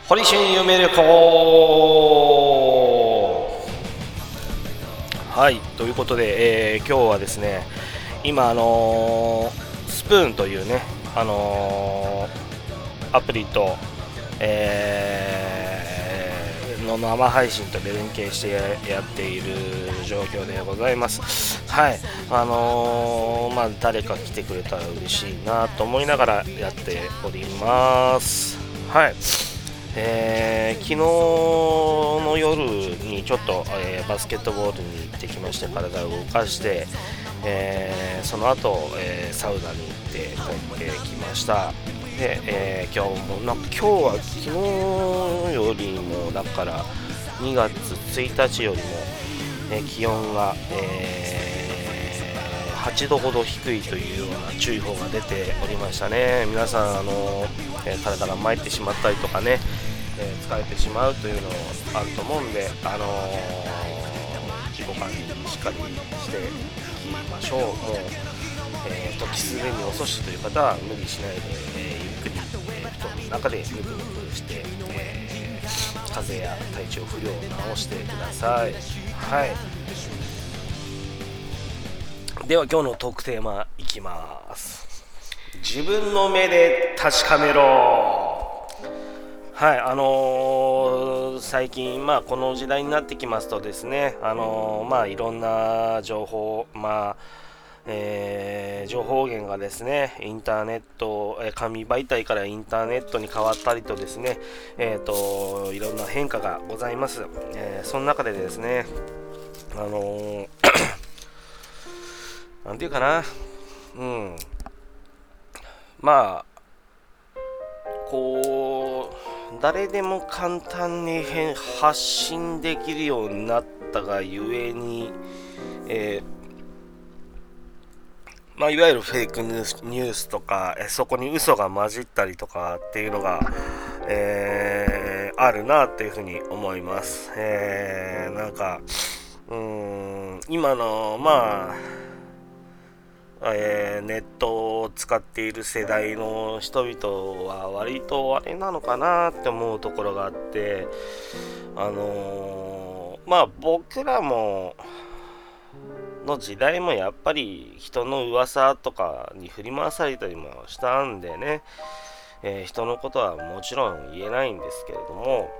堀春夢レコはい、ということで、今日はですね、今スプーンというね、アプリと、の生配信とで連携してやっている状況でございます。はい、誰か来てくれたら嬉しいなと思いながらやっております。はい。昨日の夜にちょっと、バスケットボールに行ってきまして、体を動かして、その後、サウナに行って帰ってきました。で、今日は昨日よりもだから2月1日よりも、気温が、8度ほど低いというような注意報が出ておりましたね。皆さん体が参ってしまったりとかね、疲れてしまうというのあると思うんで、自己管理しっかりしていきましょう。もう、時すでに遅しという方は無理しないで、ゆっくり、布団の中でぬくぬくして、風邪や体調不良を治してください。はい。では今日のトークテーマいきます。自分の目で確かめろ。はい、最近、この時代になってきますとですね、いろんな情報、情報源がですね、インターネット、紙媒体からインターネットに変わったりとですね、いろんな変化がございます。その中でですね、なんていうかな、誰でも簡単に発信できるようになったがゆえに、いわゆるフェイクニュースとか、そこに嘘が混じったりとかっていうのが、あるなっていうふうに思います。今のネットを使っている世代の人々は割とあれなのかなって思うところがあって、僕らもの時代もやっぱり人の噂とかに振り回されたりもしたんでね、人のことはもちろん言えないんですけれども、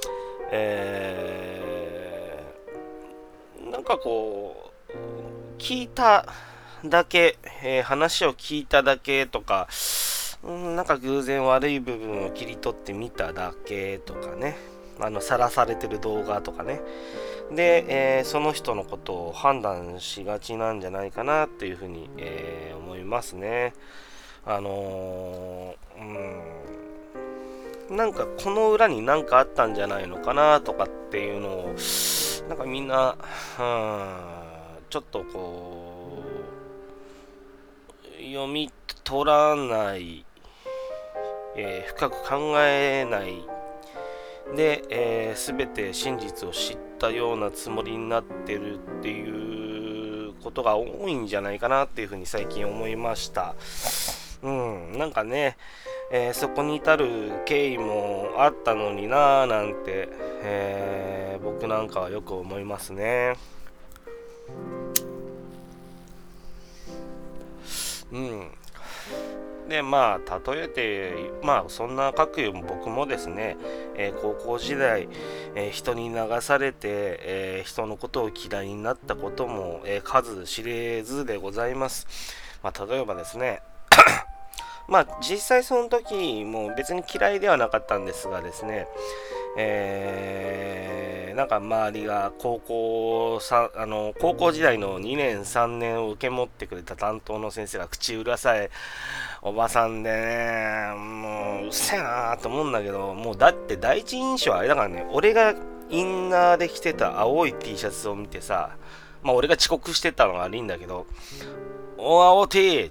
聞いただけ、話を聞いただけとか、偶然悪い部分を切り取ってみただけとかね、晒されてる動画とかね、で、その人のことを判断しがちなんじゃないかなっていうふうに、思いますね。この裏に何かあったんじゃないのかなとかっていうのをみんな、ちょっと読み取らない、深く考えないで、全て真実を知ったようなつもりになってるっていうことが多いんじゃないかなっていうふうに最近思いました。そこに至る経緯もあったのになぁなんて、僕なんかはよく思いますね。で例えてそんな各僕もですね、高校時代、人に流されて、人のことを嫌いになったことも、数知れずでございます。例えばですね実際その時も別に嫌いではなかったんですがですね、周りが高校時代の2年3年を受け持ってくれた担当の先生が口うるさいおばさんでね、もううっせえなーと思うんだけど、もうだって第一印象はあれだからね、俺がインナーで着てた青い T シャツを見てさ、俺が遅刻してたのが悪いんだけど、青 T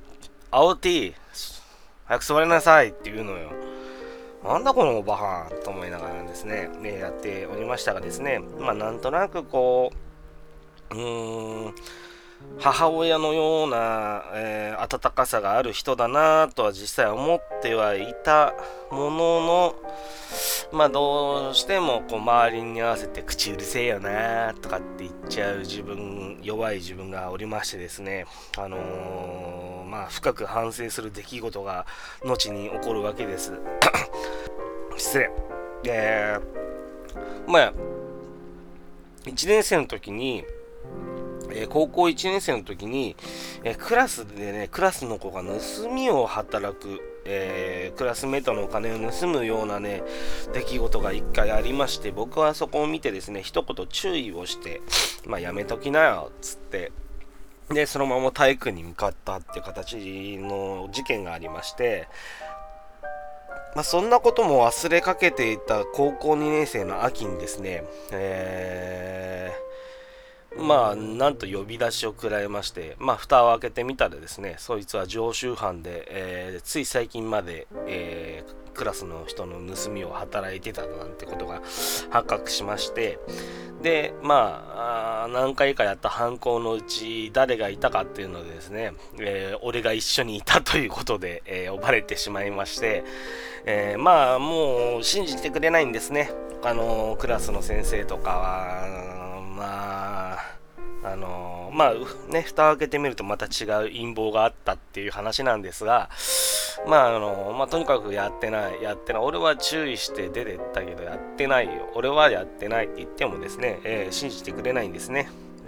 早く座りなさいって言うのよ。なんだこのおばはんと思いながらですね、やっておりましたがですね、なんとなく母親のような、 温かさがある人だなとは実際思ってはいたものの、どうしてもこう周りに合わせて口うるせえよなとかって言っちゃう弱い自分がおりましてですね、深く反省する出来事が後に起こるわけです。失礼。1年生の時に、高校1年生の時に、クラスでね、クラスの子が盗みを働く、クラスメートのお金を盗むようなね、出来事が1回ありまして、僕はそこを見てですね、一言注意をして、やめときなよ、つって、で、そのまま体育に向かったっていう形の事件がありまして、そんなことも忘れかけていた高校2年生の秋にですね、なんと呼び出しを食らいまして、蓋を開けてみたらですね、そいつは常習犯で、つい最近まで、クラスの人の盗みを働いてたなんてことが発覚しまして、で、何回かやった犯行のうち誰がいたかっていうのでですね、俺が一緒にいたということで、呼ばれてしまいまして、もう信じてくれないんですね。クラスの先生とかは、蓋を開けてみるとまた違う陰謀があったっていう話なんですが、とにかくやってない。俺は注意して出てったけどやってないよ。俺はやってないって言ってもですね、信じてくれないんですね。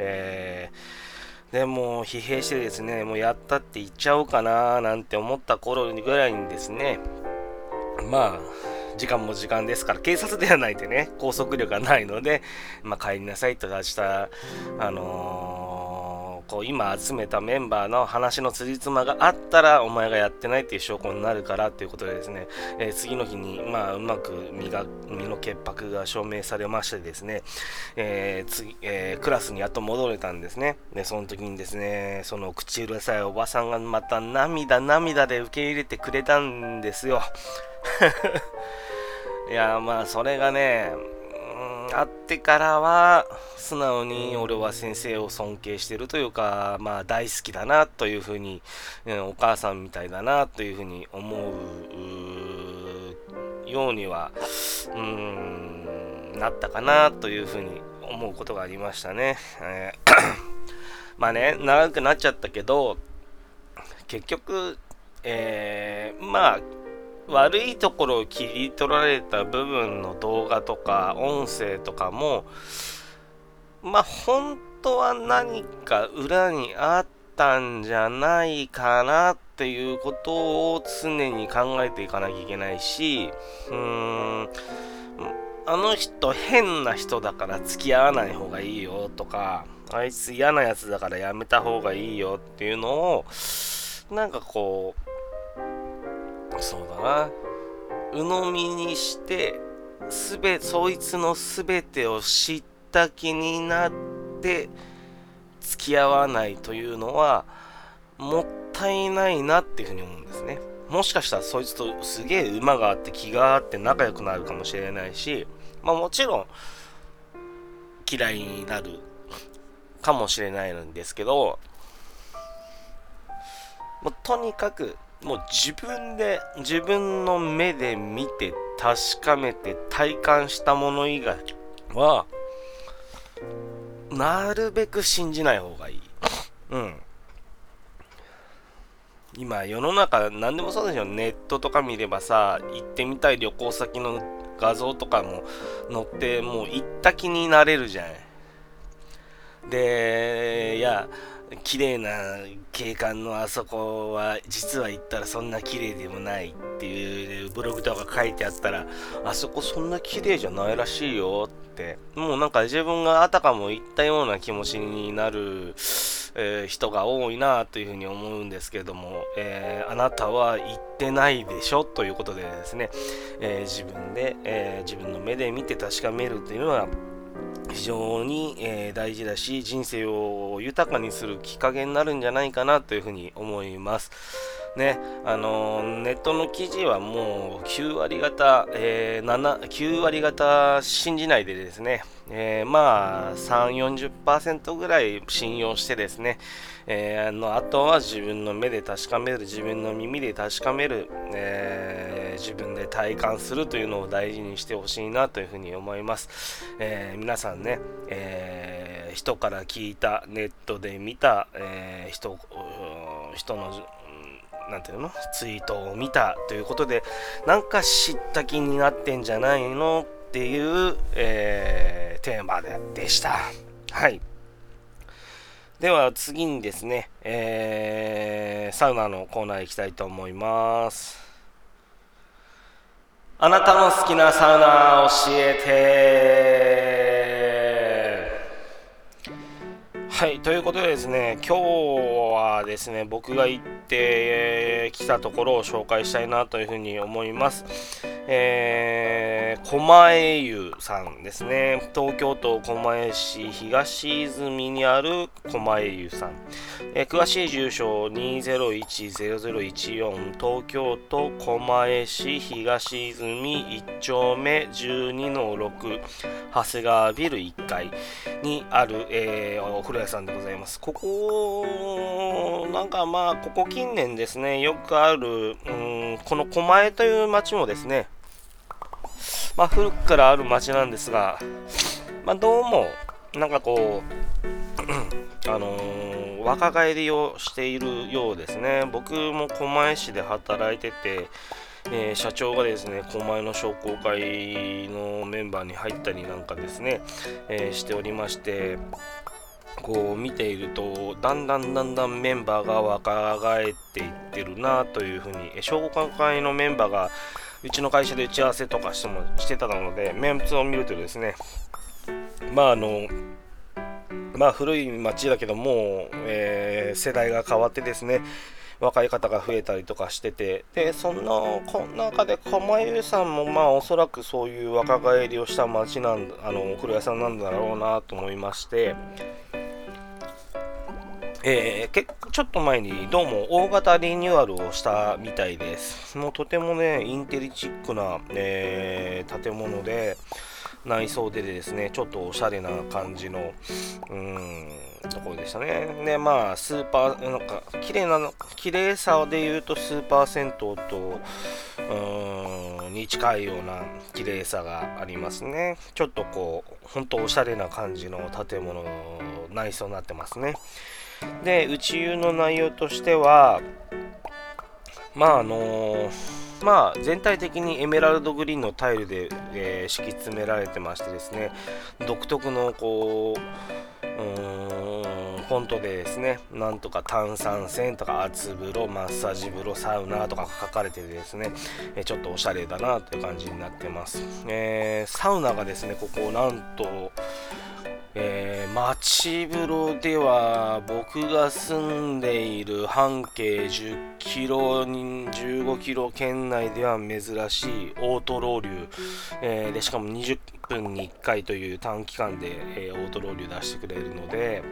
でも疲弊してですね、もうやったって言っちゃおうかななんて思った頃ぐらいにですね、時間も時間ですから、警察ではないでね、拘束力がないので、帰りなさいと出した、今集めたメンバーの話のつじつまがあったら、お前がやってないっていう証拠になるからということでですね、次の日に、うまく身の潔白が証明されましてですね、クラスにやっと戻れたんですね。で、その時にですね、その口うるさいおばさんがまた涙で受け入れてくれたんですよ。いやそれがね、あってからは素直に俺は先生を尊敬してるというか、大好きだなというふうに、お母さんみたいだなというふうに思うようにはなったかなというふうに思うことがありましたね。長くなっちゃったけど、結局悪いところを切り取られた部分の動画とか音声とかも本当は何か裏にあったんじゃないかなっていうことを常に考えていかなきゃいけないし、あの人変な人だから付き合わない方がいいよとか、あいつ嫌なやつだからやめた方がいいよっていうのをそうだな、鵜呑みにしてそいつの全てを知った気になって付き合わないというのはもったいないなっていうふうに思うんですね。もしかしたらそいつとすげえ馬があって気があって仲良くなるかもしれないし、もちろん嫌いになるかもしれないんですけど、とにかくもう自分の目で見て確かめて体感したもの以外はなるべく信じない方がいい。今世の中何でもそうでしょ。ネットとか見ればさ、行ってみたい旅行先の画像とかも載ってもう行った気になれるじゃん。で、綺麗な景観のあそこは実は行ったらそんな綺麗でもないっていうブログとか書いてあったら、あそこそんな綺麗じゃないらしいよって、もう自分があたかも行ったような気持ちになる、人が多いなというふうに思うんですけれども、あなたは行ってないでしょということでですね、自分の目で見て確かめるというのは非常に、大事だし、人生を豊かにするきっかけになるんじゃないかなというふうに思います。 ね、ネットの記事はもう9割方、9割方信じないでですね、まあ3、40% ぐらい信用してですね、あとは自分の目で確かめる、自分の耳で確かめる、自分で体感するというのを大事にしてほしいなというふうに思います。皆さんね、人から聞いた、ネットで見た、人のなんていうのツイートを見たということでなんか知った気になってんじゃないのっていう、テーマでした。はい。では次にですね、サウナのコーナー行きたいと思います。あなたの好きなサウナ教えて。はい、ということでですね、今日はですね、僕が行ってきたところを紹介したいなというふうに思います。狛江湯さんですね。東京都狛江市東泉にある狛江湯さん。詳しい住所2010014東京都狛江市東泉1丁目12-6長谷川ビル1階にある、お風呂屋さんでございます。ここなんかまあここ近年ですねよくあるこの狛江という町もですねまあ古くからある町なんですが、まあ、どうもなんかこう若返りをしているようですね。僕も狛江市で働いてて、社長がですね狛江の商工会のメンバーに入ったりなんかですね、しておりまして、こう見ているとだんだんメンバーが若返っていってるなというふうに、商工会のメンバーがうちの会社で打ち合わせとかしてたのでメンツを見るとですね、まあ古い町だけどもう、世代が変わってですね若い方が増えたりとかしてて、でそんな中で狛江さんもまあおそらくそういう若返りをした町お風呂屋さんなんだろうなと思いまして、ちょっと前にどうも大型リニューアルをしたみたいです。もうとてもねインテリチックな、建物で内装でですねちょっとおしゃれな感じのところでしたね。でまあスーパーなんか綺麗さで言うとスーパー銭湯とに近いような綺麗さがありますね。ちょっとこう本当おしゃれな感じの建物内装になってますね。で内湯の内容としてはまあ全体的にエメラルドグリーンのタイルで、敷き詰められてましてですね、独特のこうフォントでですね、なんとか炭酸泉とか熱風呂、マッサージ風呂、サウナとか書かれててですね、ちょっとおしゃれだなという感じになってます。サウナがですね、ここなんと町風呂では僕が住んでいる半径10キロに15キロ圏内では珍しいオートロウリュ、でしかも20分に1回という短期間で、オートロウリュ出してくれるので、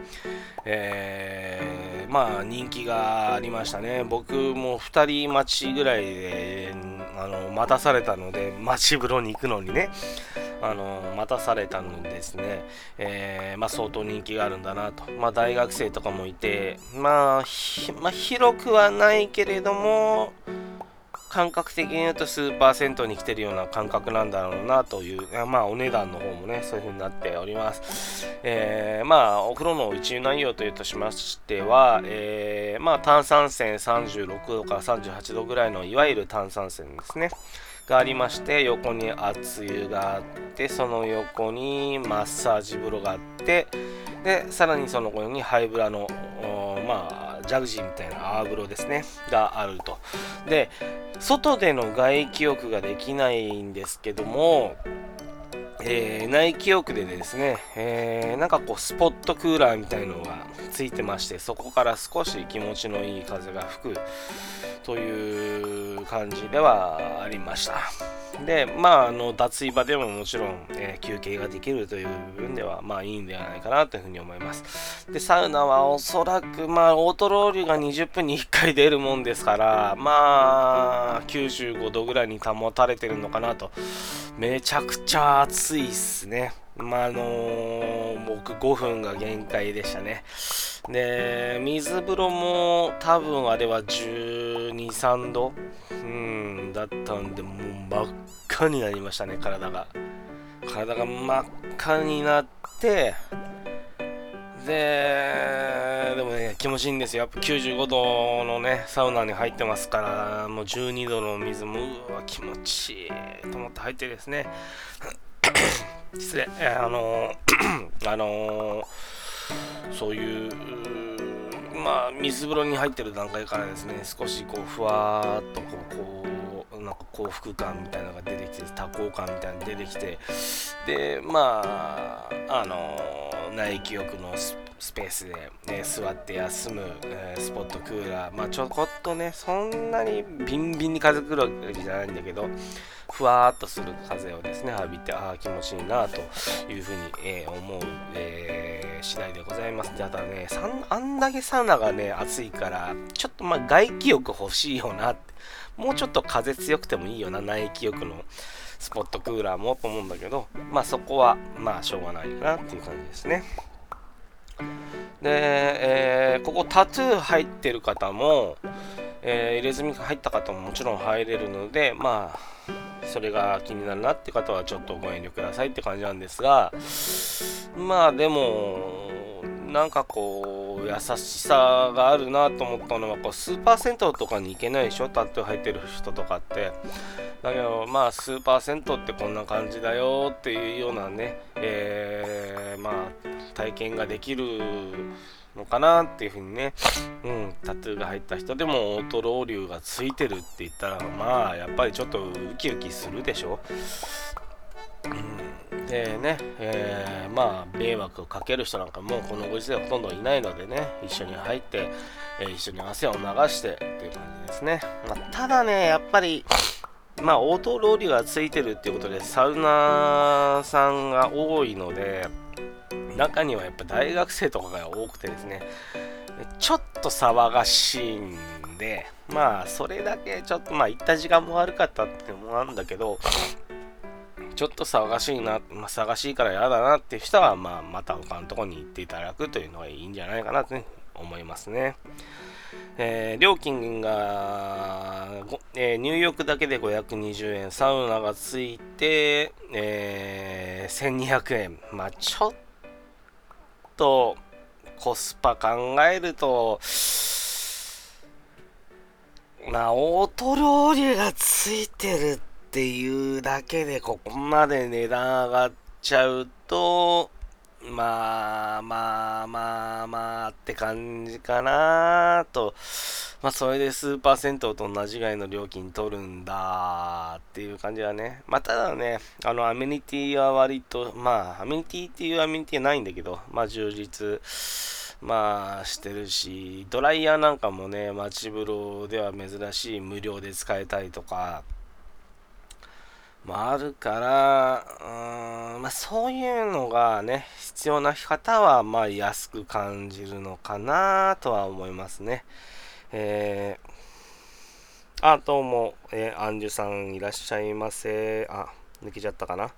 まあ人気がありましたね。僕も2人待ちぐらいで待たされたので、町風呂に行くのにね待たされたのでですね、まあ相当人気があるんだなと。まあ大学生とかもいて、まあ広くはないけれども感覚的に言うとスーパー銭湯に来てるような感覚なんだろうなという、まあお値段の方もねそういう風になっております。まあお風呂の内湯内容というとしましては、まあ炭酸泉36度から38度ぐらいのいわゆる炭酸泉ですねがありまして、横に熱湯があって、その横にマッサージ風呂があって、でさらにその横にハイブラのまあジャグジーみたいな泡風呂ですねがあると。で外での外気浴ができないんですけども、内気浴でですね、なんかこうスポットクーラーみたいのがついてまして、そこから少し気持ちのいい風が吹くという感じではありました。 で、脱衣場でももちろん、休憩ができるという部分では、いいんではないかなというふうに思います。で、サウナはおそらく、オートロウリュが20分に1回出るもんですから、95度ぐらいに保たれてるのかなと。めちゃくちゃ暑いっすね。僕5分が限界でしたね。で、水風呂も多分あれは12、3度だったんで、もう真っ赤になりましたね、体が真っ赤になって、でもね、気持ちいいんですよ。やっぱ95度のね、サウナに入ってますから、もう12度の水も、うわ、気持ちいいと思って入ってですね、失礼、そういう、水風呂に入ってる段階からですね、少しこう、ふわーっとなんか幸福感みたいなのが出てきて、多幸感みたいなのが出てきて、で、内気浴のスペースで、座って休む、スポットクーラー、ちょこっとね、そんなにビンビンに風来るわけじゃないんだけど、ふわーっとする風をですね浴びて、気持ちいいなというふうに、思う、次第でございます。で、あとはね、あんだけサウナがね暑いから、ちょっと外気浴欲しいよなって、もうちょっと風強くてもいいよな、内気浴のスポットクーラーもと思うんだけど、そこはしょうがないかなっていう感じですね。で、ここタトゥー入ってる方も、入れ墨が入った方ももちろん入れるので、それが気になるなって方はちょっとご遠慮くださいって感じなんですが、でもなんかこう優しさがあるなと思ったのは、スーパー銭湯とかに行けないでしょ、タトゥー入ってる人とかって。だけどスーパー銭湯ってこんな感じだよっていうようなね、体験ができるのかなっていうふうにね、タトゥーが入った人でもオートロウリュがついてるって言ったら、やっぱりちょっとウキウキするでしょ。でね、迷惑をかける人なんかもうこのご時世ほとんどいないのでね、一緒に入って、一緒に汗を流してっていう感じですね。ただね、やっぱりオートロウリュがついてるっていうことでサウナさんが多いので、中にはやっぱ大学生とかが多くてですね、ちょっと騒がしいんで、それだけちょっと行った時間も悪かったっていうのもあるんだけど、ちょっと騒がしいな、騒がしいから嫌だなっていう人は、また他のところに行っていただくというのがいいんじゃないかなと思いますね。料金が、入浴だけで520円、サウナがついて、1200円。ちょっとコスパ考えると、オートロウリュがついてるっていうだけでここまで値段上がっちゃうと、って感じかなと。それでスーパー銭湯と同じぐらいの料金取るんだっていう感じはね。ただね、アメニティは割と、アメニティっていうアメニティはないんだけど、充実、してるし、ドライヤーなんかもね、街風呂では珍しい無料で使えたりとか、あるから、そういうのがね、必要な方は、安く感じるのかなとは思いますね。どうも、アンジュさんいらっしゃいませ。抜けちゃったかな。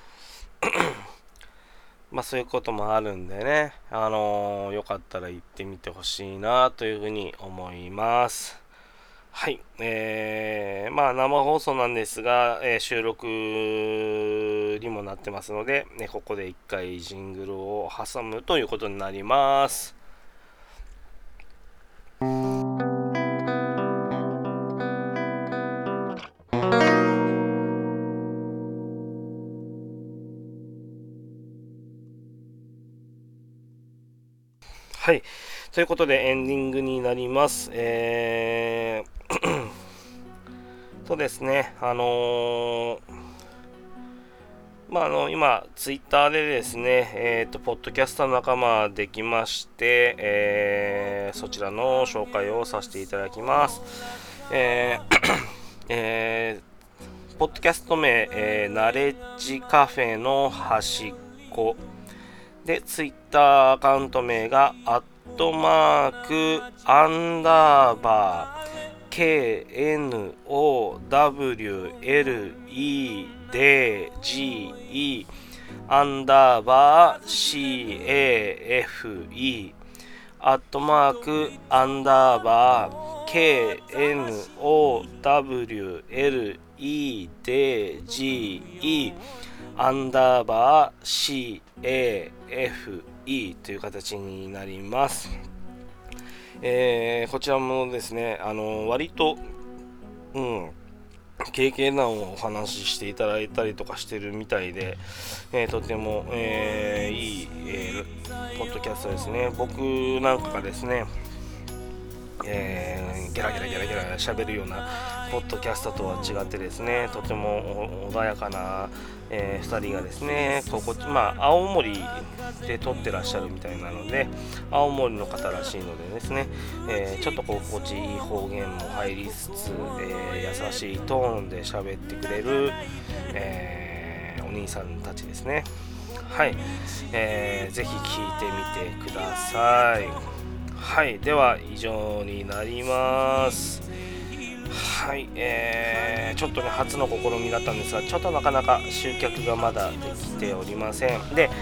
そういうこともあるんでね、よかったら行ってみてほしいなというふうに思います。はい、生放送なんですが、収録にもなってますので、ここで一回ジングルを挟むということになります。はい、ということでエンディングになります。そうですね、今、ツイッターでですね、ポッドキャスター仲間できまして、そちらの紹介をさせていただきます。ポポッドキャスト名、ナレッジカフェの端っこで、ツイッターアカウント名が@KNOWLEDGE_CAFE _KNOWLEDGEという形になります。こちらもですね、割と、経験談をお話ししていただいたりとかしてるみたいで、とても、いい、ポッドキャストですね。僕なんかがですね、ゲラゲラ喋るようなポッドキャストとは違ってですね、とても穏やかな、2人がですね、青森で撮ってらっしゃるみたいなので、青森の方らしいのでですね、ちょっと心地いい方言も入りつつ、優しいトーンで喋ってくれる、お兄さんたちですね。はい、ぜひ聞いてみてください。はい、では以上になります。はい、ちょっとね初の試みだったんですが、ちょっとなかなか集客がまだできておりません。で、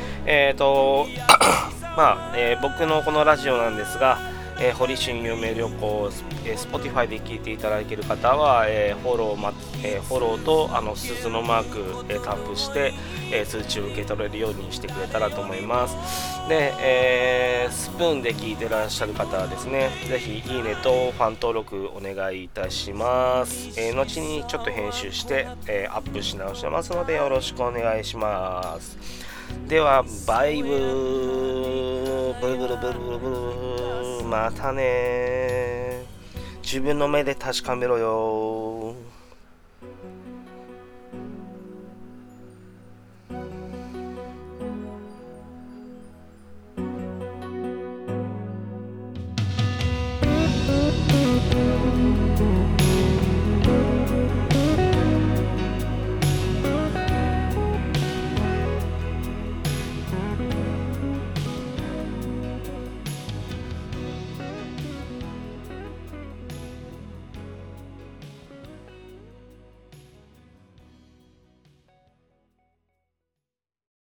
僕のこのラジオなんですが、堀春夢旅行、Spotify で聞いていただける方は、フォローと鈴のマーク、タップして、通知を受け取れるようにしてくれたらと思います。で、スプーンで聞いてらっしゃる方はですね、ぜひいいねとファン登録お願いいたします。後にちょっと編集して、アップし直してますのでよろしくお願いします。ではバイブー、ブルブルブルブルブル、またね。自分の目で確かめろよ。